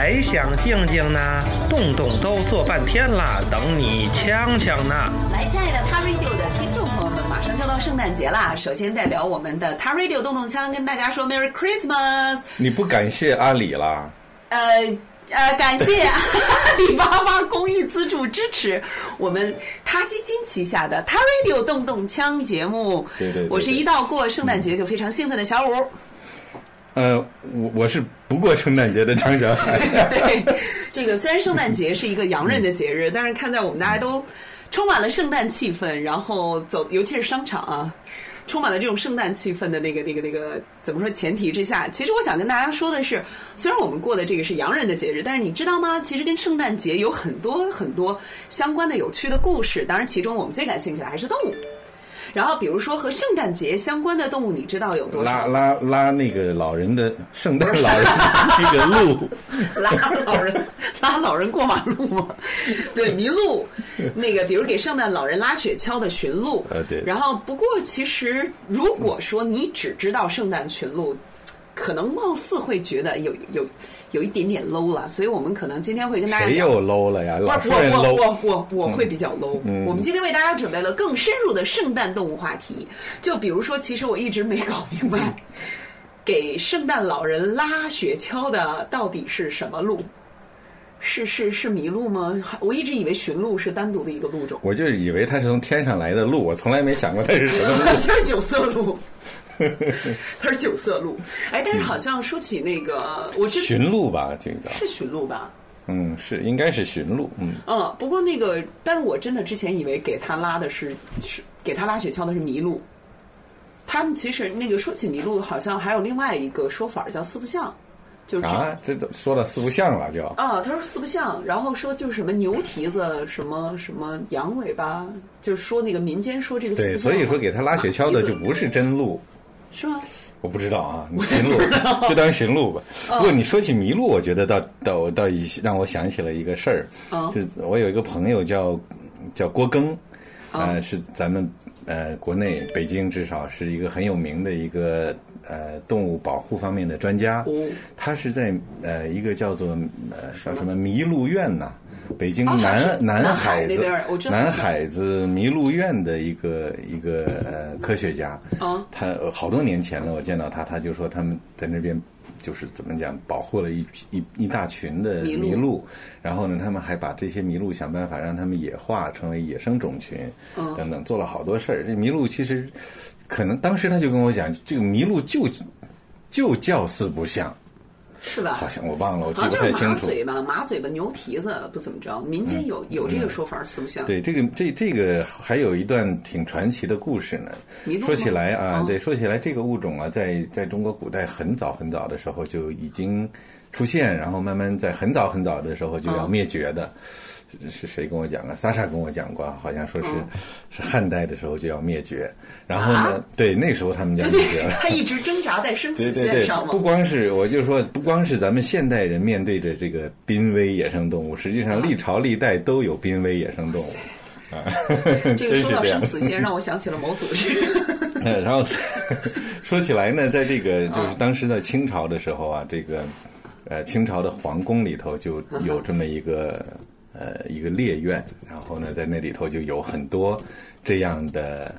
还想静静呢？动动都做半天了，等你呛呛呢。 来，亲爱的 Tar Radio 的听众朋友们，马上就到圣诞节啦！首先代表我们的 Tar Radio 动动枪跟大家说 Merry Christmas。 你不感谢阿里啦？ 感谢阿里巴巴公益资助支持我们他基金旗下的 Tar Radio 动动枪节目。 对， 我是一到过圣诞节就非常兴奋的小五。 我是不过圣诞节的张小海。 对，这个虽然圣诞节是一个洋人的节日，但是看在我们大家都充满了圣诞气氛，然后走，尤其是商场啊，充满了这种圣诞气氛的那个怎么说前提之下，其实我想跟大家说的是，虽然我们过的这个是洋人的节日，但是你知道吗？其实跟圣诞节有很多很多相关的有趣的故事。当然，其中我们最感兴趣的还是动物。然后比如说和圣诞节相关的动物，你知道有多少？ 拉那个老人的圣诞老人那个路， 拉老人过马路吗？对，麋鹿，那个比如给圣诞老人拉雪橇的驯鹿。 对。 然后不过其实如果说你只知道圣诞驯鹿，可能貌似会觉得有一点点 low 了，所以我们可能今天会跟大家讲。 谁又 low 了呀？老说人 low。我会比较 low。我们今天为大家准备了更深入的圣诞动物话题，就比如说，其实我一直没搞明白，给圣诞老人拉雪橇的到底是什么鹿？是麋鹿吗？我一直以为驯鹿是单独的一个鹿种。 我就以为它是从天上来的鹿，我从来没想过它是什么鹿。 它是九色鹿。它是九色鹿。但是好像说起那个，我驯鹿吧，这个是驯鹿吧？ 是应该是驯鹿。 不过那个，但是我真的之前以为给他拉的是给他拉雪橇的是麋鹿。他们其实那个说起麋鹿，好像还有另外一个说法叫四不像，就是这都说到四不像了就。 他说四不像，然后说就是什么牛蹄子，什么羊尾巴，就是说那个民间说这个四不像。 对，所以说给他拉雪橇的就不是真鹿。 是吗？ 我不知道啊，驯鹿就当驯鹿吧。不过你说起麋鹿，我觉得倒让我想起了一个事儿。就是我有一个朋友叫郭庚，是咱们国内北京至少是一个很有名的一个动物保护方面的专家。他是在一个叫做什么麋鹿院呐。北京南海子麋鹿院的一个科学家，他好多年前了，我见到他就说他们在那边就是怎么讲，保护了一大群的麋鹿，然后呢，他们还把这些麋鹿想办法让他们野化成为野生种群，等等，做了好多事儿。这麋鹿其实可能当时他就跟我讲，这个麋鹿就叫四不像。 是吧？ 好像我忘了，我记不太清楚。 马嘴巴、牛蹄子不怎么着，民间有这个说法，四不像。 对，这个还有一段挺传奇的故事呢。说起来啊，说起来这个物种啊，在中国古代很早很早的时候就已经出现，然后慢慢在很早很早的时候就要灭绝的。是谁跟我讲啊？莎莎跟我讲过，好像说是汉代的时候就要灭绝，然后呢，对，那时候他们就灭绝了。 他一直挣扎在生死线上嘛。 不光是咱们现代人面对着这个濒危野生动物，实际上历朝历代都有濒危野生动物。 这个说到生死线，让我想起了某组织。 然后说起来呢，在这个就是当时在清朝的时候啊，这个清朝的皇宫里头就有这么一个猎苑，然后呢，在那里头就有很多这样的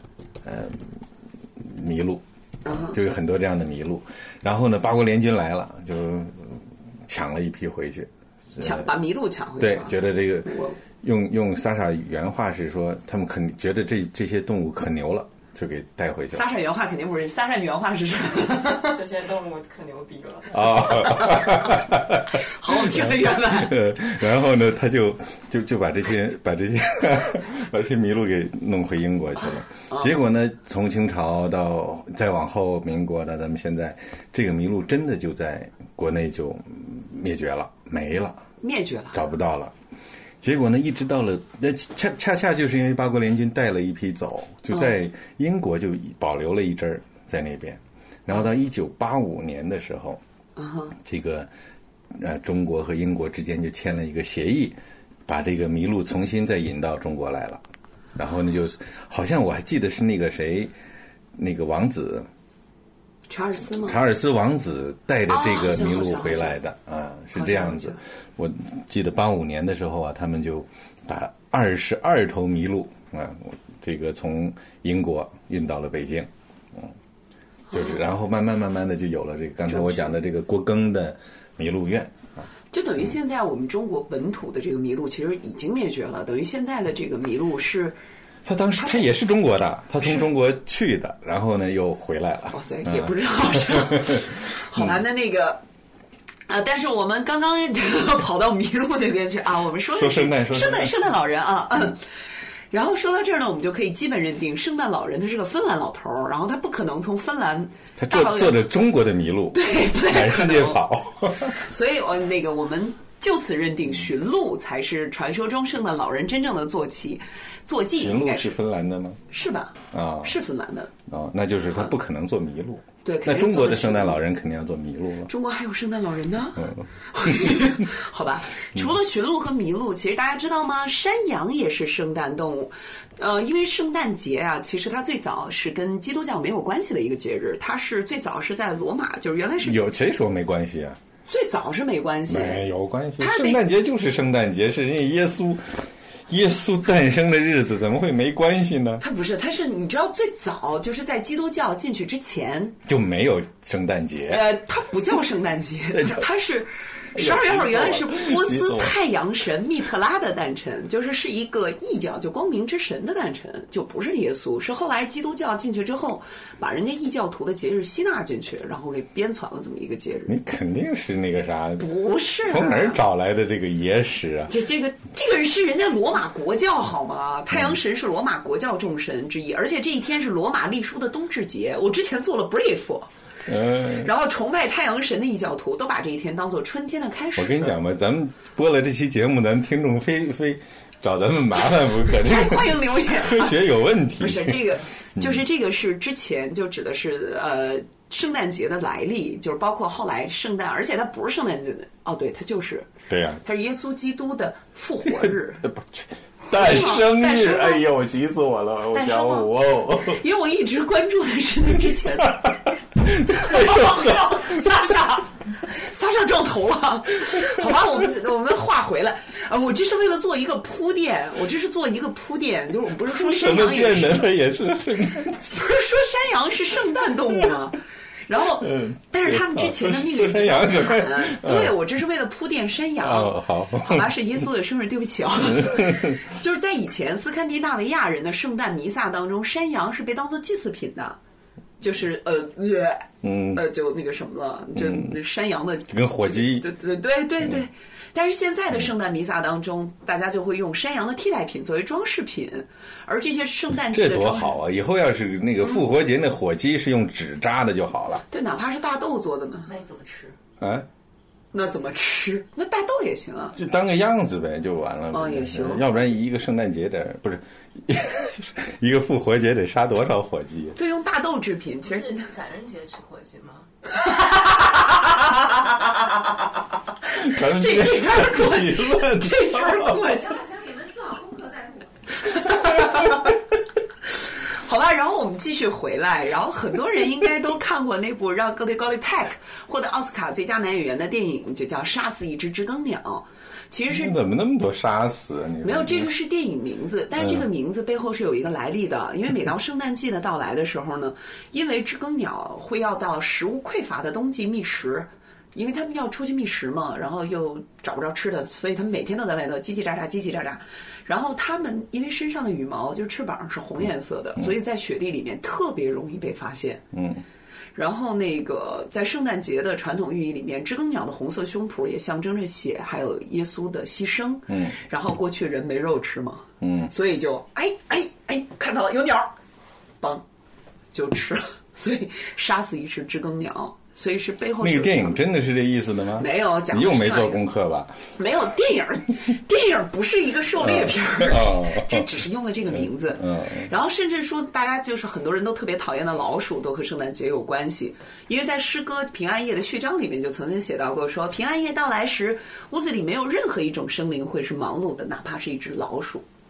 麋鹿，就有很多这样的麋鹿。然后呢，八国联军来了，就抢了一批回去， 把麋鹿抢回去。 对，觉得这个用莎莎原话是说，他们觉得这些动物可牛了。就给带回去了。 莎莎原话肯定不是，莎莎原话是什么？ 这些动物可牛逼了好听的原来。 然后呢，他就把这些麋鹿给弄回英国去了。结果呢，从清朝到再往后民国到咱们现在，这个麋鹿真的就在国内就灭绝了，没了， 灭绝了， 找不到了。结果呢，一直到了恰恰就是因为八国联军带了一批走，就在英国就保留了一阵儿在那边，然后到1985年的时候，这个中国和英国之间就签了一个协议，把这个麋鹿重新再引到中国来了。然后呢，就好像我还记得是那个谁，那个王子查尔斯吗？ 查尔斯王子带着这个麋鹿回来的是这样子。我记得85年的时候他们就把22头麋鹿这个从英国运到了北京，就是然后慢慢的就有了这个刚才我讲的这个郭庚的麋鹿院就等于现在我们中国本土的这个麋鹿其实已经灭绝了，等于现在的这个麋鹿是。 他当时他也是中国的，他从中国去的，然后呢又回来了。 哇塞，也不知道是。好吧，那个但是我们刚刚跑到麋鹿那边去我们说圣诞老人然后说到这儿呢，我们就可以基本认定圣诞老人他是个芬兰老头儿，然后他不可能从芬兰他坐着中国的麋鹿， 对，不太可能满世界跑。 所以我们就此认定驯鹿才是传说中圣诞老人真正的坐骑。 驯鹿是芬兰的吗？ 是吧？是芬兰的。 那就是他不可能做麋鹿。 对， 那中国的圣诞老人肯定要做麋鹿了。 中国还有圣诞老人呢？好吧，除了驯鹿和麋鹿，其实大家知道吗？山羊也是圣诞动物。因为圣诞节其实它最早是跟基督教没有关系的一个节日，它是最早是在罗马，就是原来是有谁说没关系啊？ 最早是没关系， 没有关系。圣诞节就是圣诞节，是人家耶稣诞生的日子，怎么会没关系呢？ 它不是，它是你知道最早就是在基督教进去之前就没有圣诞节。 它不叫圣诞节，它是12月2原来是波斯太阳神密特拉的诞辰，是一个异教，就光明之神的诞辰，就不是耶稣。是后来基督教进去之后，把人家异教徒的节日吸纳进去，然后给编纂了这么一个节日。 你肯定是那个啥？ 不是， 从哪儿找来的这个野史啊？ 这个是人家罗马国教好吗？太阳神是罗马国教众神之一，而且这一天是罗马历书的冬至节。我之前做了 brief。然后崇拜太阳神的异教徒都把这一天当做春天的开始。 我跟你讲吧，咱们播了这期节目，咱们听众非找咱们麻烦不可。 欢迎留言。 科学有问题。 不是这个，就是这个是之前就指的是圣诞节的来历，就是包括后来圣诞，而且它不是圣诞节的对，它就是对呀， 它是耶稣基督的复活日。 诞生日，哎呦，急死我了！小五因为我一直关注的是那之前的。撒上撞头了，好吧，我们话回来我这是为了做一个铺垫，就是我们不是说山羊也是， 不是说山羊是圣诞动物吗？然后，但是他们之前的那个山羊对我这是为了铺垫山羊。 好吧，是耶稣的生日，对不起就是在以前斯堪的纳维亚人的圣诞弥撒当中，山羊是被当作祭祀品的。就是就那个什么了，就山羊的跟火鸡， 对。但是现在的圣诞弥撒当中，大家就会用山羊的替代品作为装饰品，而这些圣诞节的这多好啊！以后要是那个复活节那火鸡是用纸扎的就好了。 对，哪怕是大豆做的呢？ 那你怎么吃？ 那怎么吃？那大豆也行啊， 就当个样子呗，就完了。 也行。 要不然一个圣诞节不是一个复活节得杀多少火鸡？ 对，用大豆制品，其实感恩节吃火鸡吗？ 这边过去，这边过去。 行，你们做好功课再录。 好吧，然后我们继续回来，然后很多人应该都看过那部让格雷高利·派克获得奥斯卡最佳男演员的电影，就叫《杀死一只知更鸟》。其实是怎么那么多杀死？ 没有，这个是电影名字，但是这个名字背后是有一个来历的。因为每到圣诞季的到来的时候呢，因为知更鸟会要到食物匮乏的冬季觅食，因为他们要出去觅食嘛，然后又找不着吃的，所以他们每天都在外头叽叽喳喳。然后他们因为身上的羽毛就是翅膀是红颜色的，所以在雪地里面特别容易被发现。然后那个在圣诞节的传统寓意里面，知更鸟的红色胸脯也象征着血，还有耶稣的牺牲。然后过去人没肉吃嘛，所以就看到了有鸟，梆就吃了，所以杀死一只知更鸟。所以是背后那个电影真的是这意思的吗？ 没有，讲你又没做功课吧？ 没有，电影不是一个狩猎片这只是用了这个名字。然后甚至说，大家就是很多人都特别讨厌的老鼠，都和圣诞节有关系，因为在诗歌《平安夜》的序章里面就曾经写到过说，平安夜到来时，屋子里没有任何一种生灵会是忙碌的，哪怕是一只老鼠。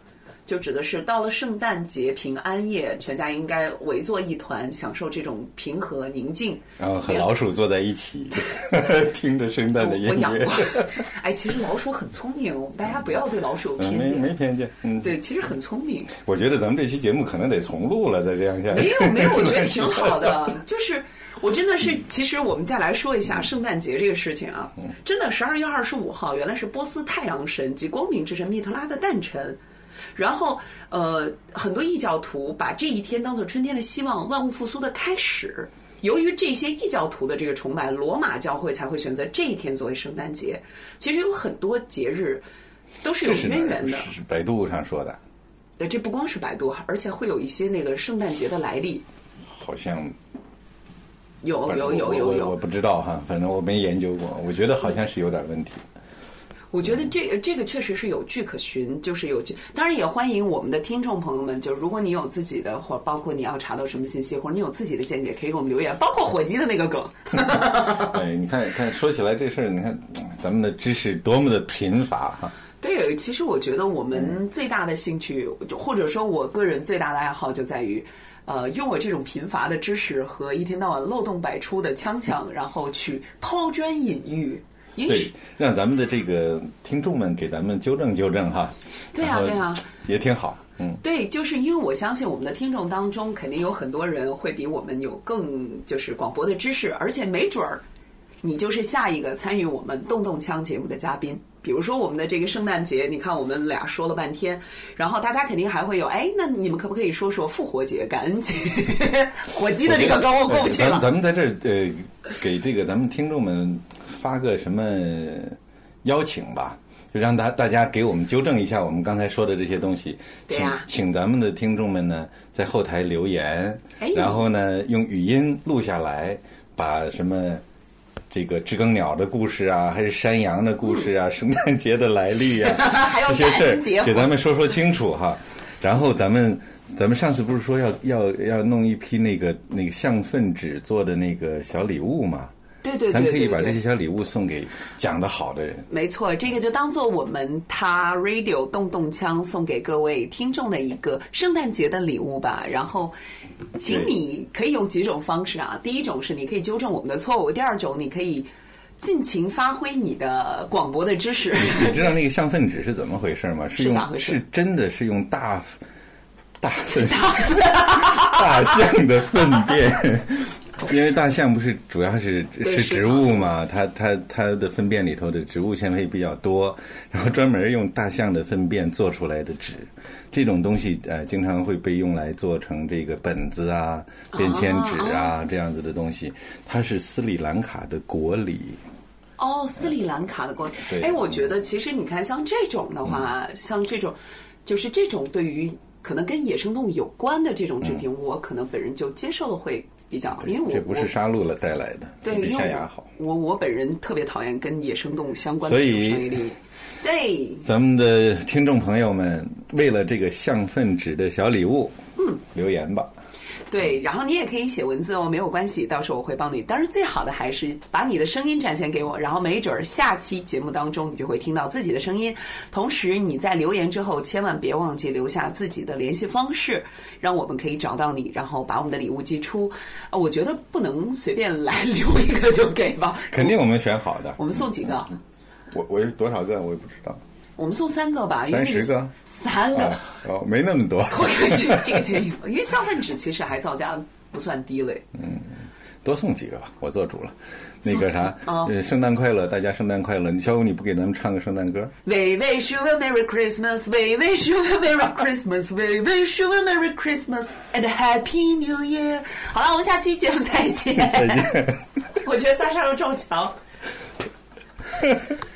就指的是到了圣诞节平安夜，全家应该围坐一团，享受这种平和宁静。 然后和老鼠坐在一起，听着圣诞的音乐。 我养过，哎，其实老鼠很聪明，大家不要对老鼠有偏见。 没偏见， 对，其实很聪明。 我觉得咱们这期节目可能得重录了，再这样下去。 没有，我觉得挺好的。就是我真的是，其实我们再来说一下圣诞节这个事情啊，真的12月25号原来是波斯太阳神及光明之神密特拉的诞辰。然后，很多异教徒把这一天当作春天的希望、万物复苏的开始。由于这些异教徒的这个崇拜，罗马教会才会选择这一天作为圣诞节。其实有很多节日都是有渊源的。 是百度上说的。 这不光是百度，而且会有一些那个圣诞节的来历。 好像有， 我不知道哈，反正我没研究过，我觉得好像是有点问题。 我觉得这个确实是有据可循，就是有据。当然也欢迎我们的听众朋友们，就如果你有自己的，或者包括你要查到什么信息，或者你有自己的见解，可以给我们留言，包括火鸡的那个梗。 哎，你看，说起来这事儿，你看咱们的知识多么的贫乏哈。 对，其实我觉得我们最大的兴趣，或者说我个人最大的爱好，就在于，用我这种贫乏的知识和一天到晚漏洞百出的腔，然后去抛砖引玉。 对，让咱们的这个听众们给咱们纠正纠正哈。 对啊， 也挺好。 对，就是因为我相信我们的听众当中肯定有很多人会比我们有更就是广博的知识，而且没准儿你就是下一个参与我们动动枪节目的嘉宾。比如说我们的这个圣诞节，你看我们俩说了半天，然后大家肯定还会有，哎，那你们可不可以说说复活节、感恩节？火鸡的这个高我过不去了。 咱们在这儿给这个咱们听众们发个什么邀请吧，就让大家给我们纠正一下我们刚才说的这些东西。 对呀， 请咱们的听众们呢在后台留言，然后呢用语音录下来，把什么这个知更鸟的故事啊，还是山羊的故事啊，圣诞节的来历啊， 还有这些事儿给咱们说清楚哈。然后咱们上次不是说要弄一批那个象粪纸做的那个小礼物嘛？ 对， 咱可以把这些小礼物送给讲得好的人。 没错，这个就当做我们他 Radio 动动枪送给各位听众的一个圣诞节的礼物吧。然后，请你可以用几种方式啊。第一种是你可以纠正我们的错误，第二种你可以尽情发挥你的广博的知识。 你知道那个象粪纸是怎么回事吗？ 是咋回事？ 是真的是用大象的粪便。因为大象不是主要是植物嘛，它的粪便里头的植物纤维比较多，然后专门用大象的粪便做出来的纸，这种东西经常会被用来做成这个本子啊、便签纸啊这样子的东西。它是斯里兰卡的国礼。 斯里兰卡的国礼。哎，我觉得其实你看，像这种的话，像这种就是这种对于可能跟野生动物有关的这种制品，我可能本人就接受的会比较好，因为这不是杀戮了带来的， 对， 比象牙好。 我本人特别讨厌跟野生动物相关的这种商业利益。对， 咱们的听众朋友们，为了这个象粪纸的小礼物，留言吧。 对，然后你也可以写文字哦，没有关系，到时候我会帮你。但是最好的还是把你的声音展现给我，然后没准下期节目当中你就会听到自己的声音。同时你在留言之后千万别忘记留下自己的联系方式，让我们可以找到你，然后把我们的礼物寄出。我觉得不能随便来留一个就给吧， 肯定我们选好的。 我们送几个？ 我有多少个我也不知道。 我们送3个吧 ，30个 ，3个没那么多。 这个钱，因为象粪纸其实还造价不算低嘞。 多送几个吧，我做主了。那个啥，圣诞快乐，大家圣诞快乐！小五，你不给咱们唱个圣诞歌 ？We wish you a Merry Christmas, we wish you a Merry Christmas, we wish you a Merry Christmas and a Happy New Year。好了，我们下期节目再见。 再见。 我觉得撒上要撞墙。